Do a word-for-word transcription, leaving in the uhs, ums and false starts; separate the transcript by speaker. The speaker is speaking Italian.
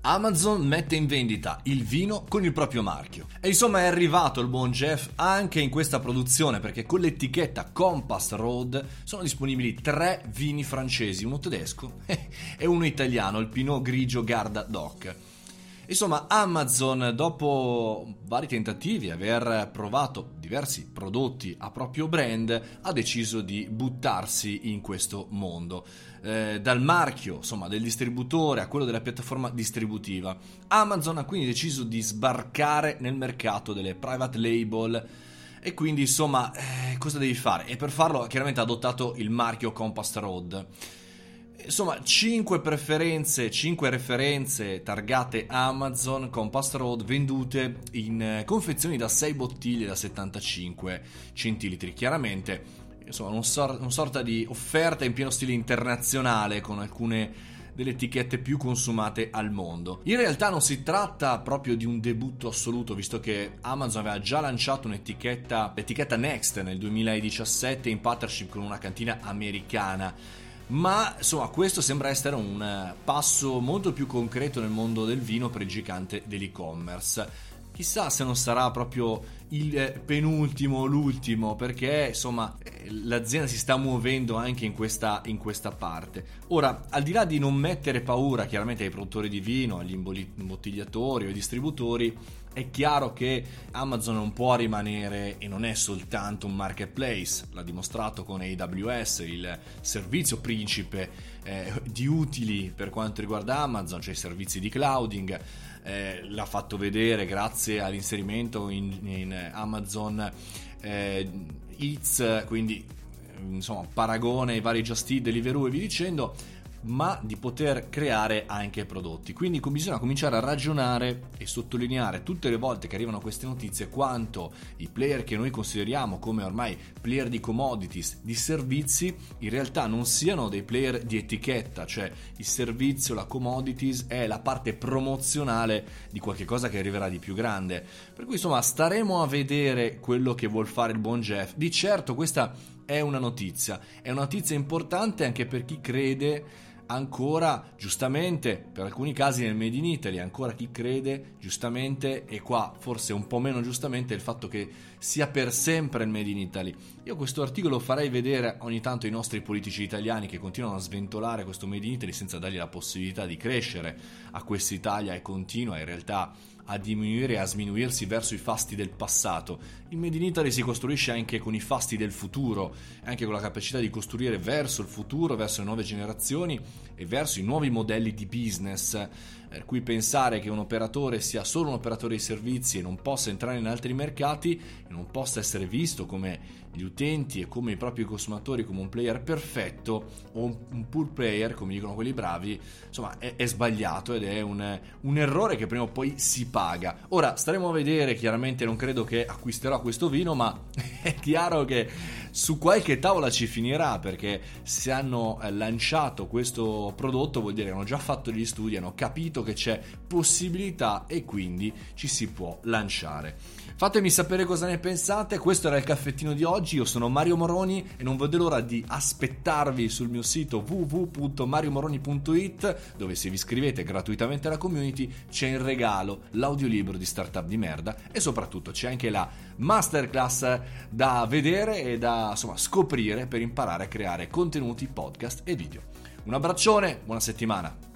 Speaker 1: Amazon mette in vendita il vino con il proprio marchio. E insomma è arrivato il buon Jeff anche in questa produzione, perché con l'etichetta Compass Road sono disponibili tre vini francesi, uno tedesco e uno italiano, il Pinot Grigio Garda Doc. Insomma, Amazon, dopo vari tentativi, aver provato diversi prodotti a proprio brand, ha deciso di buttarsi in questo mondo. Eh, dal marchio, insomma, del distributore a quello della piattaforma distributiva. Amazon ha quindi deciso di sbarcare nel mercato delle private label. E quindi, insomma, eh, cosa devi fare? E per farlo, chiaramente ha adottato il marchio Compass Road. Insomma, cinque preferenze, cinque referenze targate Amazon Compass Road vendute in confezioni da sei bottiglie da settantacinque centilitri. Chiaramente, insomma, un sor- una sorta di offerta in pieno stile internazionale con alcune delle etichette più consumate al mondo. In realtà non si tratta proprio di un debutto assoluto, visto che Amazon aveva già lanciato un'etichetta, l'etichetta Next nel duemiladiciassette in partnership con una cantina americana. Ma insomma, questo sembra essere un passo molto più concreto nel mondo del vino per il gigante dell'e-commerce. Chissà se non sarà proprio il penultimo, l'ultimo, perché insomma l'azienda si sta muovendo anche in questa, in questa parte. Ora, al di là di non mettere paura chiaramente ai produttori di vino, agli imbottigliatori o ai distributori, è chiaro che Amazon non può rimanere e non è soltanto un marketplace, l'ha dimostrato con A W S, il servizio principe eh, di utili per quanto riguarda Amazon, cioè i servizi di clouding. Eh, l'ha fatto vedere grazie all'inserimento in, in Amazon eh, Eats, quindi insomma paragone ai vari Just Eat, Deliveroo e via dicendo, ma di poter creare anche prodotti. Quindi bisogna cominciare a ragionare e sottolineare tutte le volte che arrivano queste notizie quanto i player che noi consideriamo come ormai player di commodities, di servizi, in realtà non siano dei player di etichetta, cioè il servizio, la commodities è la parte promozionale di qualche cosa che arriverà di più grande. Per cui insomma staremo a vedere quello che vuol fare il buon Jeff. Di certo questa è una notizia, è una notizia importante anche per chi crede ancora, giustamente, per alcuni casi nel Made in Italy, ancora chi crede, giustamente, e qua forse un po' meno giustamente, il fatto che sia per sempre il Made in Italy. Io questo articolo lo farei vedere ogni tanto ai nostri politici italiani che continuano a sventolare questo Made in Italy senza dargli la possibilità di crescere a questa Italia e continua in realtà a diminuire e a sminuirsi verso i fasti del passato. Il Made in Italy si costruisce anche con i fasti del futuro, anche con la capacità di costruire verso il futuro, verso le nuove generazioni e verso i nuovi modelli di business, per cui pensare che un operatore sia solo un operatore di servizi e non possa entrare in altri mercati e non possa essere visto come gli utenti e come i propri consumatori come un player perfetto o un, un pool player, come dicono quelli bravi, insomma è, è sbagliato ed è un, un errore che prima o poi si paga. Ora staremo a vedere, chiaramente non credo che acquisterò questo vino, ma è chiaro che su qualche tavola ci finirà, perché se hanno lanciato questo prodotto vuol dire che hanno già fatto degli studi, hanno capito che c'è possibilità e quindi ci si può lanciare. Fatemi sapere cosa ne pensate. Questo era il caffettino di oggi. Io sono Mario Moroni e non vedo l'ora di aspettarvi sul mio sito w w w punto mario moroni punto i t, dove se vi iscrivete gratuitamente alla community c'è in regalo l'audiolibro di Startup di merda e soprattutto c'è anche la masterclass da vedere e da insomma scoprire per imparare a creare contenuti, podcast e video. Un abbraccione, buona settimana.